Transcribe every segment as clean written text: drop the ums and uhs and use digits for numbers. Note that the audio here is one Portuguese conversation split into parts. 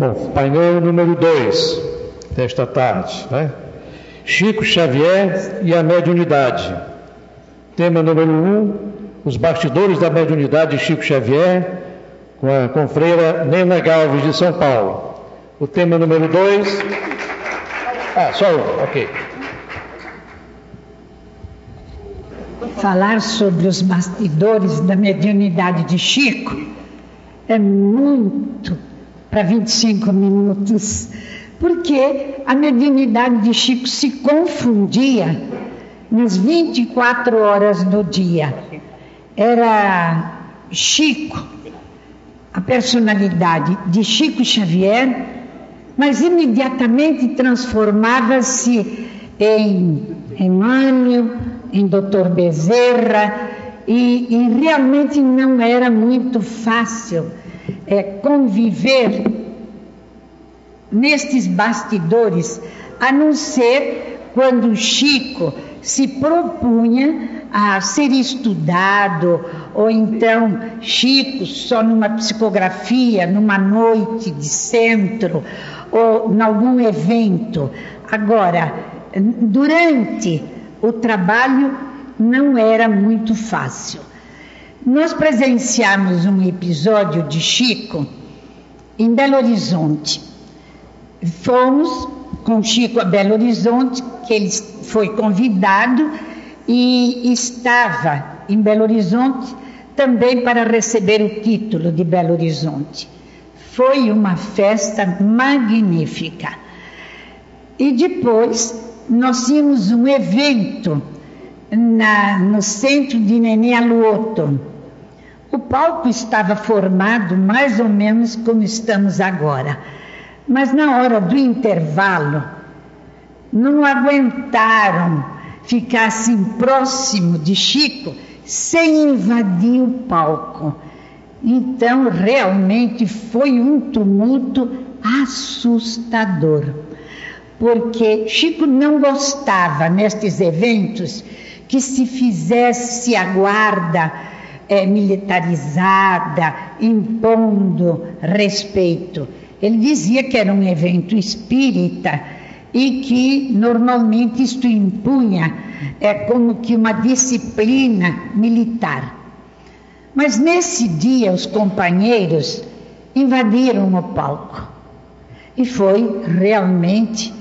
Bom, painel número 2 desta tarde, né? Chico Xavier e a mediunidade. Tema número 1, os bastidores da mediunidade de Chico Xavier, com a confreira Nena Galvez de São Paulo. O tema número 2... só um, ok. Falar sobre os bastidores da mediunidade de Chico é muito para 25 minutos, porque a mediunidade de Chico se confundia nas 24 horas do dia. Era Chico, a personalidade de Chico Xavier, mas imediatamente transformava-se em Emmanuel, em Dr. Bezerra, e realmente não era muito fácil conviver nestes bastidores, a não ser quando Chico se propunha a ser estudado, ou então Chico só numa psicografia, numa noite de centro, ou em algum evento. Agora, durante o trabalho não era muito fácil. Nós presenciamos um episódio de Chico em Belo Horizonte. Fomos com Chico a Belo Horizonte, que ele foi convidado e estava em Belo Horizonte também para receber o título de Belo Horizonte. Foi uma festa magnífica. E depois nós tínhamos um evento no centro de Nenê Aluoto. O palco estava formado mais ou menos como estamos agora, mas na hora do intervalo não aguentaram ficar assim próximo de Chico sem invadir o palco. Então realmente foi um tumulto assustador, porque Chico não gostava nestes eventos que se fizesse a guarda militarizada, impondo respeito. Ele dizia que era um evento espírita e que normalmente isto impunha como que uma disciplina militar. Mas nesse dia os companheiros invadiram o palco e foi realmente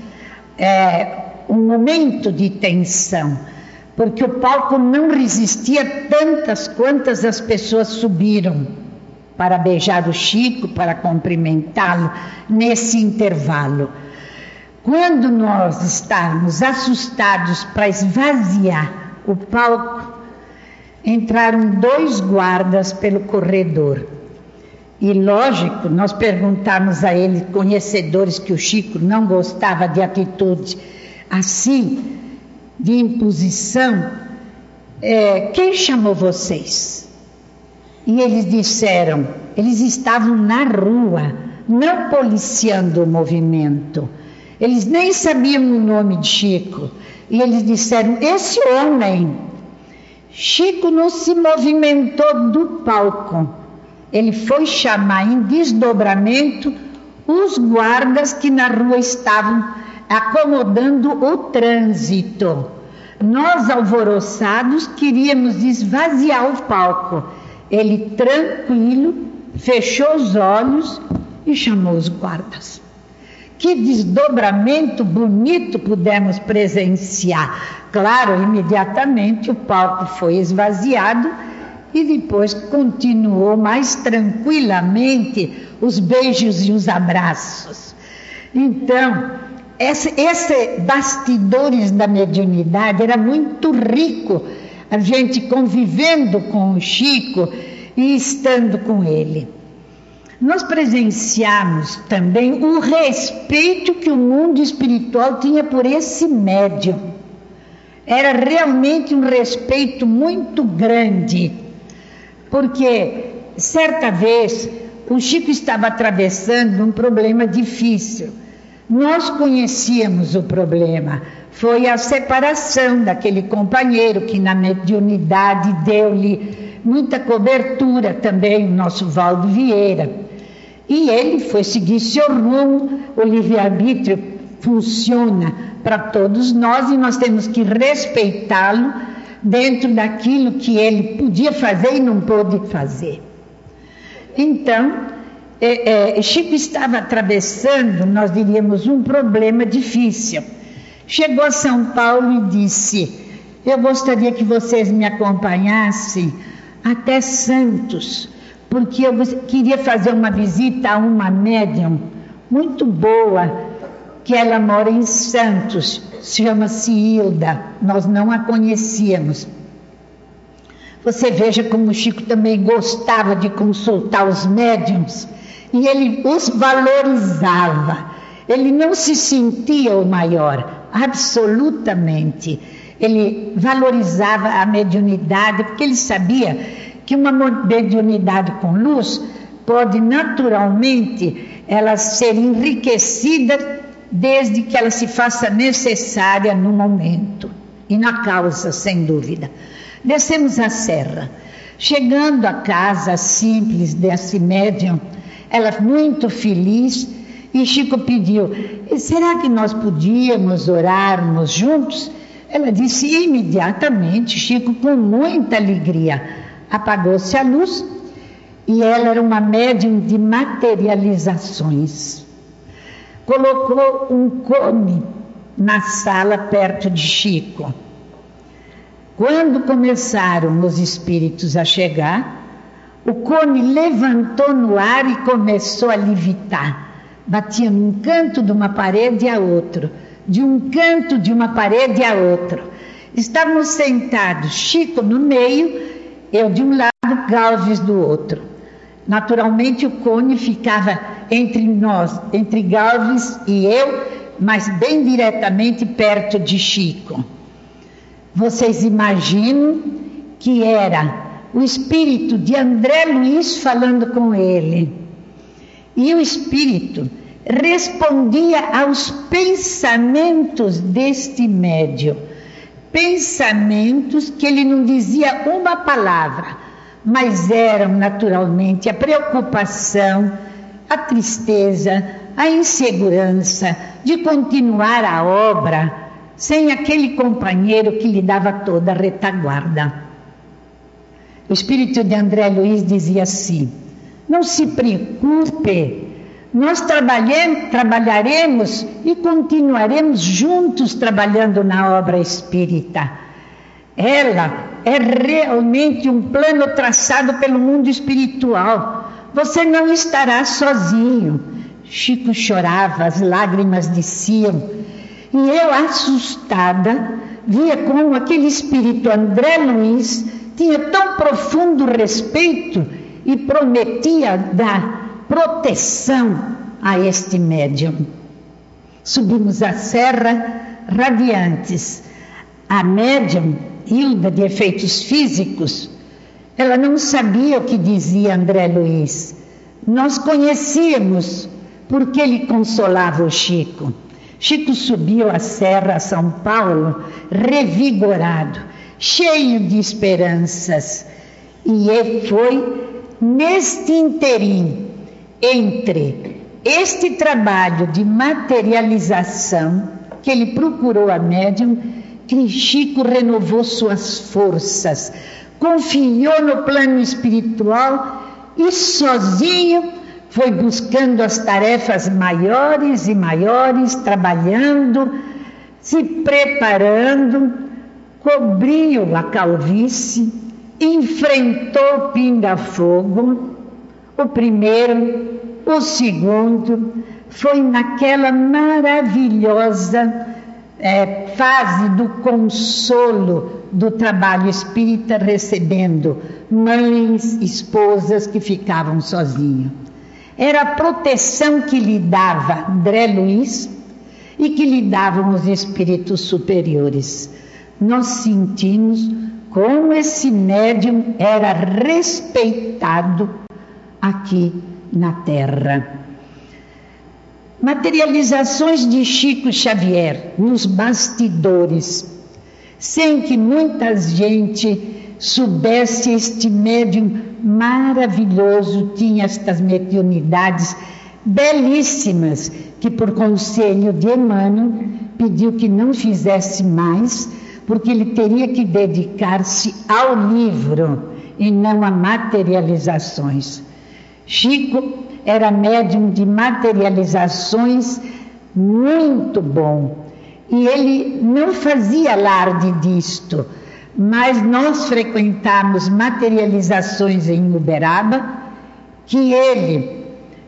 um momento de tensão, porque o palco não resistia tantas quantas as pessoas subiram para beijar o Chico, para cumprimentá-lo nesse intervalo. Quando nós estávamos assustados para esvaziar o palco, entraram 2 guardas pelo corredor. E lógico, nós perguntamos a eles, conhecedores, que o Chico não gostava de atitude assim, de imposição, quem chamou vocês? E eles disseram, eles estavam na rua, não policiando o movimento. Eles nem sabiam o nome de Chico. E eles disseram, esse homem, Chico não se movimentou do palco. Ele foi chamar em desdobramento os guardas que na rua estavam acomodando o trânsito. Nós, alvoroçados, queríamos esvaziar o palco. Ele, tranquilo, fechou os olhos e chamou os guardas. Que desdobramento bonito pudemos presenciar. Claro, imediatamente o palco foi esvaziado e depois continuou mais tranquilamente os beijos e os abraços. Então, esse bastidores da mediunidade era muito rico, a gente convivendo com o Chico e estando com ele. Nós presenciamos também o respeito que o mundo espiritual tinha por esse médium. Era realmente um respeito muito grande, porque certa vez o Chico estava atravessando um problema difícil. Nós conhecíamos o problema, foi a separação daquele companheiro que na mediunidade deu-lhe muita cobertura também, o nosso Valdo Vieira. E ele foi seguir seu rumo. O livre-arbítrio funciona para todos nós e nós temos que respeitá-lo dentro daquilo que ele podia fazer e não pôde fazer. Então, Chico estava atravessando, nós diríamos, um problema difícil. Chegou a São Paulo e disse: eu gostaria que vocês me acompanhassem até Santos, porque eu queria fazer uma visita a uma médium muito boa, que ela mora em Santos, chama-se Hilda, nós não a conhecíamos. Você veja como o Chico também gostava de consultar os médiums, e ele os valorizava. Ele não se sentia o maior, absolutamente. Ele valorizava a mediunidade, porque ele sabia que uma mediunidade com luz pode naturalmente ela ser enriquecida desde que ela se faça necessária no momento e na causa, sem dúvida. Descemos a serra. Chegando à casa simples desse médium, ela muito feliz, e Chico pediu: será que nós podíamos orarmos juntos? Ela disse imediatamente. Chico, com muita alegria, apagou-se a luz e ela era uma médium de materializações. Colocou um cone na sala perto de Chico. Quando começaram os espíritos a chegar, o cone levantou no ar e começou a levitar. Batia num canto de uma parede a outro, de um canto de uma parede a outro. Estávamos sentados, Chico no meio, eu de um lado, Galves do outro. Naturalmente o cone ficava entre nós, entre Galves e eu, mas bem diretamente perto de Chico. Vocês imaginam que era o espírito de André Luiz falando com ele. E o espírito respondia aos pensamentos deste médium. Pensamentos que ele não dizia uma palavra, mas eram naturalmente a preocupação, a tristeza, a insegurança de continuar a obra sem aquele companheiro que lhe dava toda a retaguarda. O espírito de André Luiz dizia assim: não se preocupe, nós trabalharemos e continuaremos juntos trabalhando na obra espírita. Ela é realmente um plano traçado pelo mundo espiritual. Você não estará sozinho. Chico chorava, as lágrimas desciam. E eu, assustada, via como aquele espírito André Luiz tinha tão profundo respeito e prometia dar proteção a este médium. Subimos a serra radiantes. A médium, Hilda, de efeitos físicos, ela não sabia o que dizia André Luiz. Nós conhecíamos porque ele consolava o Chico. Chico subiu a serra a São Paulo revigorado, cheio de esperanças. E foi neste interim, entre este trabalho de materialização que ele procurou a médium, que Chico renovou suas forças, confiou no plano espiritual e sozinho foi buscando as tarefas maiores e maiores, trabalhando, se preparando, cobriu a calvície, enfrentou o pinga-fogo, o primeiro, o segundo, foi naquela maravilhosa fase do consolo do trabalho espírita, recebendo mães, esposas que ficavam sozinhas. Era a proteção que lhe dava André Luiz e que lhe davam os espíritos superiores. Nós sentimos como esse médium era respeitado aqui na Terra. Materializações de Chico Xavier nos bastidores, sem que muita gente soubesse este médium maravilhoso, tinha estas mediunidades belíssimas, que por conselho de Emmanuel pediu que não fizesse mais, porque ele teria que dedicar-se ao livro e não a materializações. Chico era médium de materializações muito bom, e ele não fazia alarde disto, mas nós frequentamos materializações em Uberaba, que ele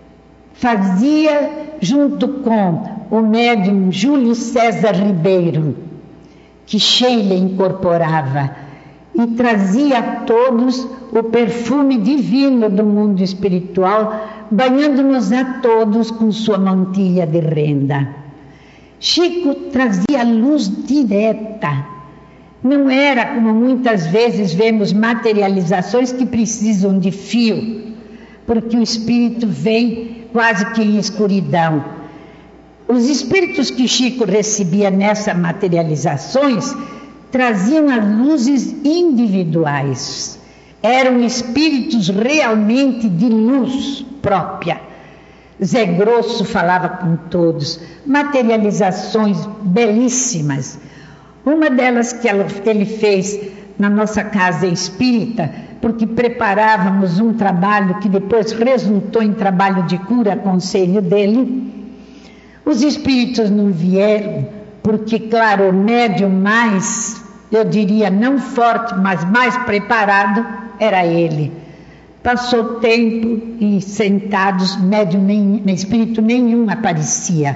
fazia junto com o médium Júlio César Ribeiro, que Sheila incorporava, e trazia a todos o perfume divino do mundo espiritual, banhando-nos a todos com sua mantilha de renda. Chico trazia luz direta. Não era como muitas vezes vemos materializações que precisam de fio, porque o espírito vem quase que em escuridão. Os espíritos que Chico recebia nessas materializações traziam as luzes individuais. Eram espíritos realmente de luz própria. Zé Grosso falava com todos, materializações belíssimas. Uma delas que ele fez na nossa casa espírita, porque preparávamos um trabalho que depois resultou em trabalho de cura, conselho dele. Os espíritos não vieram, porque, claro, o médium mais, eu diria, não forte, mas mais preparado, era ele. Passou tempo e sentados, médium espírito nenhum aparecia.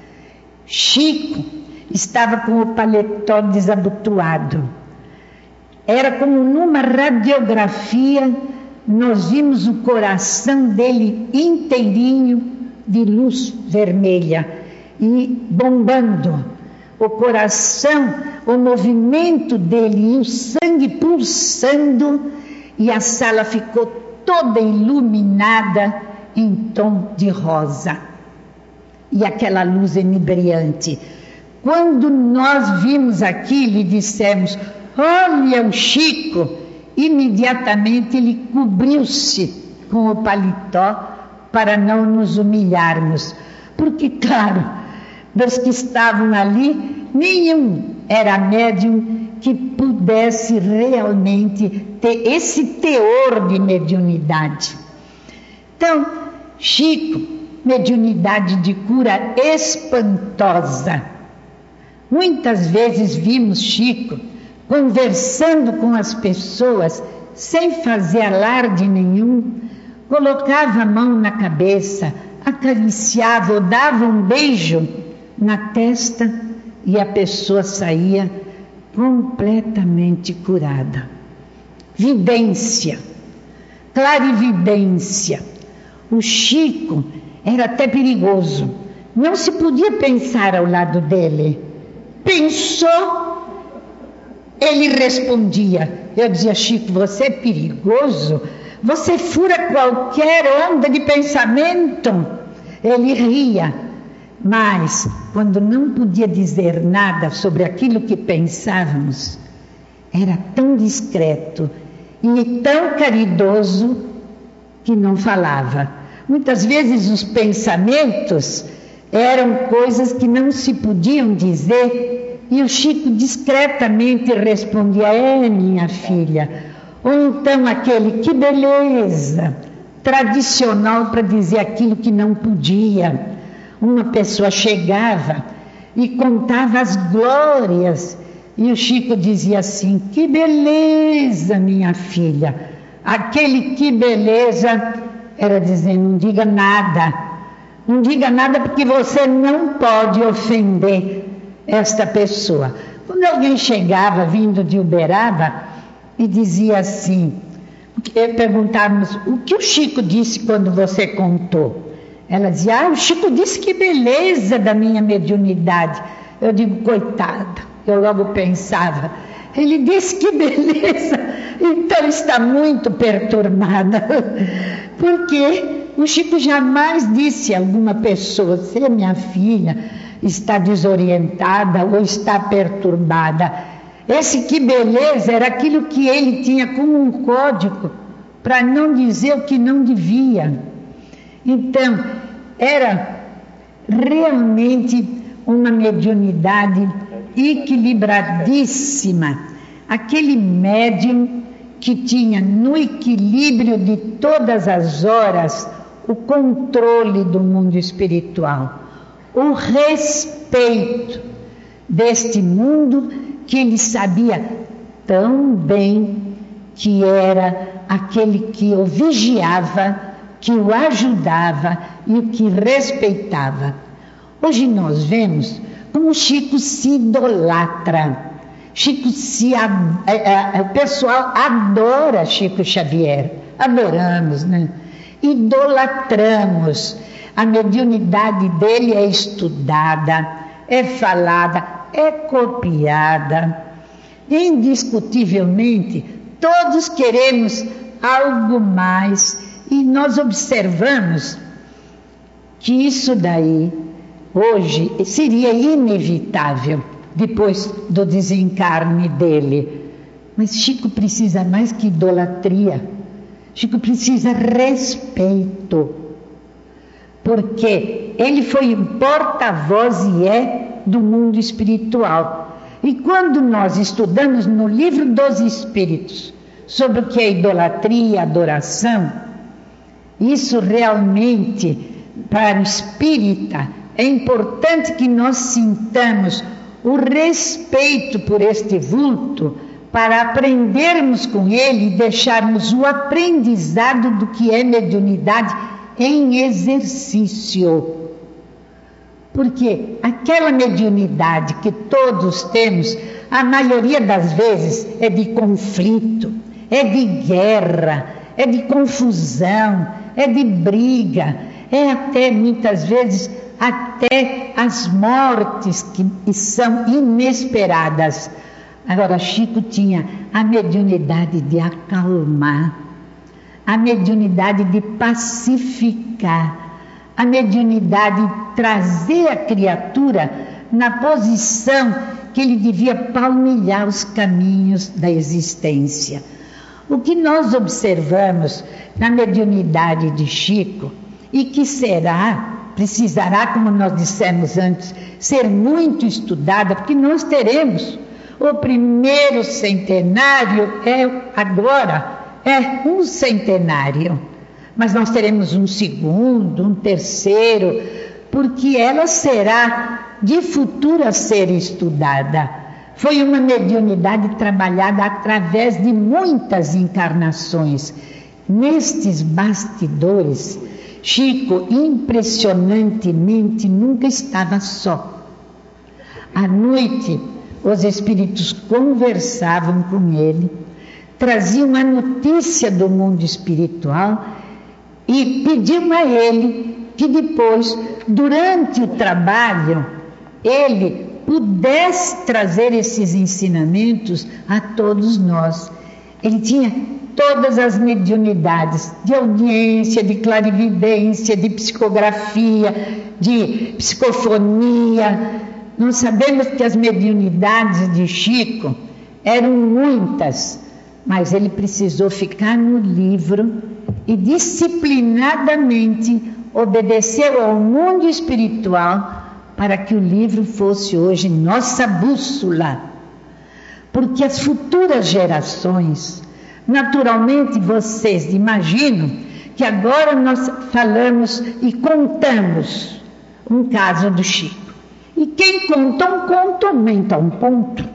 Chico estava com o paletó desabotoado. Era como numa radiografia, nós vimos o coração dele inteirinho de luz vermelha e bombando. O coração, o movimento dele e o sangue pulsando, e a sala ficou toda iluminada em tom de rosa. E aquela luz inebriante. Quando nós vimos aquilo e dissemos: olha o Chico, imediatamente ele cobriu-se com o paletó para não nos humilharmos. Porque, claro, dos que estavam ali, nenhum era médium que pudesse realmente ter esse teor de mediunidade. Então, Chico, mediunidade de cura espantosa. Muitas vezes vimos Chico conversando com as pessoas sem fazer alarde nenhum, colocava a mão na cabeça, acariciava ou dava um beijo na testa e a pessoa saía completamente curada. Vidência, clarividência. O Chico era até perigoso, não se podia pensar ao lado dele. Pensou, ele respondia. Eu dizia: Chico, você é perigoso, você fura qualquer onda de pensamento. Ele ria, mas quando não podia dizer nada sobre aquilo que pensávamos, era tão discreto e tão caridoso que não falava. Muitas vezes os pensamentos eram coisas que não se podiam dizer, e o Chico discretamente respondia: é, minha filha. Ou então aquele: que beleza, tradicional para dizer aquilo que não podia. Uma pessoa chegava e contava as glórias, e o Chico dizia assim: que beleza, minha filha. Aquele que beleza era dizer: não diga nada, não diga nada, porque você não pode ofender esta pessoa. Quando alguém chegava vindo de Uberaba e dizia assim, perguntávamos: o que o Chico disse quando você contou? Ela dizia: o Chico disse que beleza da minha mediunidade. Eu digo: coitada. Eu logo pensava: ele disse que beleza, então está muito perturbada. Porque o Chico jamais disse a alguma pessoa: se a minha filha está desorientada ou está perturbada. Esse que beleza era aquilo que ele tinha como um código para não dizer o que não devia. Então, era realmente uma mediunidade equilibradíssima. Aquele médium que tinha no equilíbrio de todas as horas o controle do mundo espiritual, o respeito deste mundo que ele sabia tão bem que era aquele que o vigiava, que o ajudava e o que respeitava. Hoje nós vemos como Chico se idolatra. O pessoal adora Chico Xavier, adoramos, né? Idolatramos. A mediunidade dele é estudada, é falada, é copiada. Indiscutivelmente, todos queremos algo mais e nós observamos que isso daí, hoje, seria inevitável depois do desencarne dele. Mas Chico precisa mais que idolatria. Chico precisa respeito. Porque ele foi um porta-voz e é do mundo espiritual. E quando nós estudamos no Livro dos Espíritos sobre o que é idolatria, adoração, isso realmente, para o espírita, é importante que nós sintamos o respeito por este vulto, para aprendermos com ele e deixarmos o aprendizado do que é mediunidade em exercício. Porque aquela mediunidade que todos temos, a maioria das vezes é de conflito, é de guerra, é de confusão, é de briga, é até muitas vezes até as mortes que são inesperadas. Agora, Chico tinha a mediunidade de acalmar, a mediunidade de pacificar, a mediunidade de trazer a criatura na posição que ele devia palmilhar os caminhos da existência. O que nós observamos na mediunidade de Chico, e que precisará, como nós dissemos antes, ser muito estudada, porque nós teremos o primeiro centenário, agora é um centenário, mas nós teremos um segundo, um terceiro, porque ela será de futuro a ser estudada. Foi uma mediunidade trabalhada através de muitas encarnações. Nestes bastidores, Chico, impressionantemente, nunca estava só. À noite, os espíritos conversavam com ele, traziam a notícia do mundo espiritual e pediam a ele que depois, durante o trabalho, ele pudesse trazer esses ensinamentos a todos nós. Ele tinha todas as mediunidades de audiência, de clarividência, de psicografia, de psicofonia. Nós sabemos que as mediunidades de Chico eram muitas, mas ele precisou ficar no livro e disciplinadamente obedeceu ao mundo espiritual para que o livro fosse hoje nossa bússola. Porque as futuras gerações, naturalmente vocês imaginam que agora nós falamos e contamos um caso do Chico. E quem conta um conto aumenta um ponto.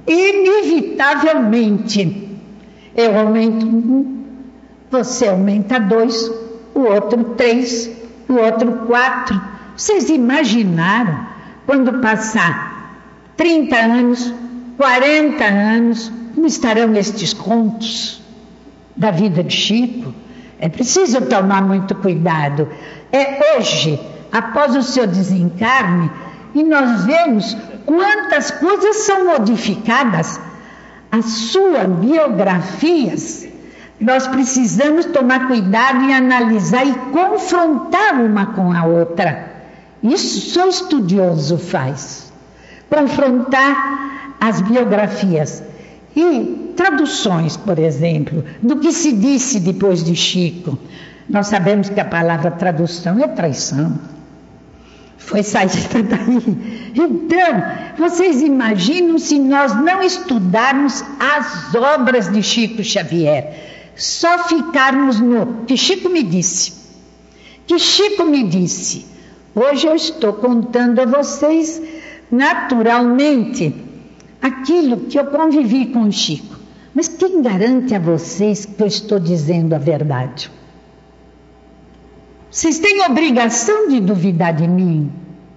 Inevitavelmente. Eu aumento 1, você aumenta 2, o outro 3, o outro 4. Vocês imaginaram quando passar 30 anos, 40 anos, como estarão estes contos da vida de Chico? É preciso tomar muito cuidado. É hoje, após o seu desencarne, e nós vemos quantas coisas são modificadas. As suas biografias, nós precisamos tomar cuidado e analisar e confrontar uma com a outra. Isso só estudioso faz. Confrontar as biografias e traduções, por exemplo, do que se disse depois de Chico. Nós sabemos que a palavra tradução é traição. Foi saída daí. Então, vocês imaginam se nós não estudarmos as obras de Chico Xavier, só ficarmos no que Chico me disse. Que Chico me disse. Hoje eu estou contando a vocês, naturalmente, aquilo que eu convivi com o Chico. Mas quem garante a vocês que eu estou dizendo a verdade? Vocês têm obrigação de duvidar de mim.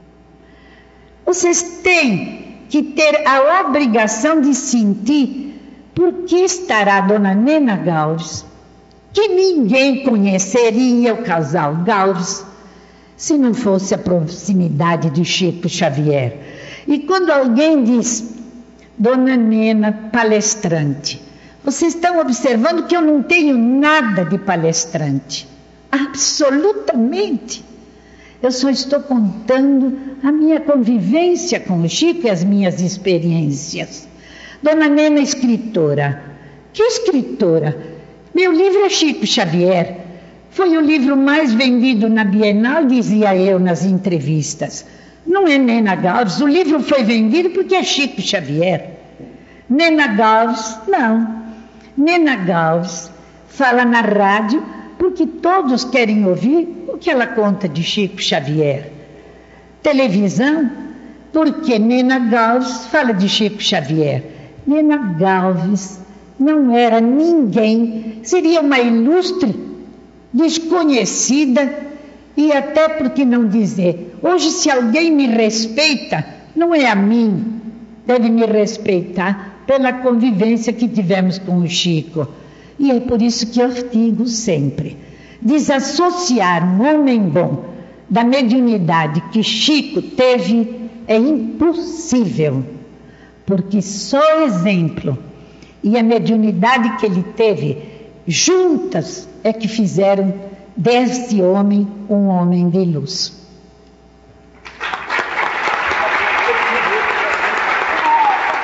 Vocês têm que ter a obrigação de sentir por que estará a dona Nena Galves, que ninguém conheceria o casal Galves, se não fosse a proximidade de Chico Xavier. E quando alguém diz, dona Nena, palestrante, vocês estão observando que eu não tenho nada de palestrante. Absolutamente. Eu só estou contando a minha convivência com o Chico e as minhas experiências. Dona Nena, escritora. Que escritora? Meu livro é Chico Xavier. Foi o livro mais vendido na Bienal, dizia eu nas entrevistas. Não é Nena Galves. O livro foi vendido porque é Chico Xavier. Nena Galves, não. Nena Galves fala na rádio porque todos querem ouvir o que ela conta de Chico Xavier. Televisão, porque Nena Galves fala de Chico Xavier. Nena Galves não era ninguém, seria uma ilustre, desconhecida, e até por que não dizer, hoje se alguém me respeita, não é a mim, deve me respeitar pela convivência que tivemos com o Chico. E é por isso que eu digo sempre, desassociar um homem bom da mediunidade que Chico teve é impossível, porque só o exemplo e a mediunidade que ele teve juntas é que fizeram desse homem um homem de luz.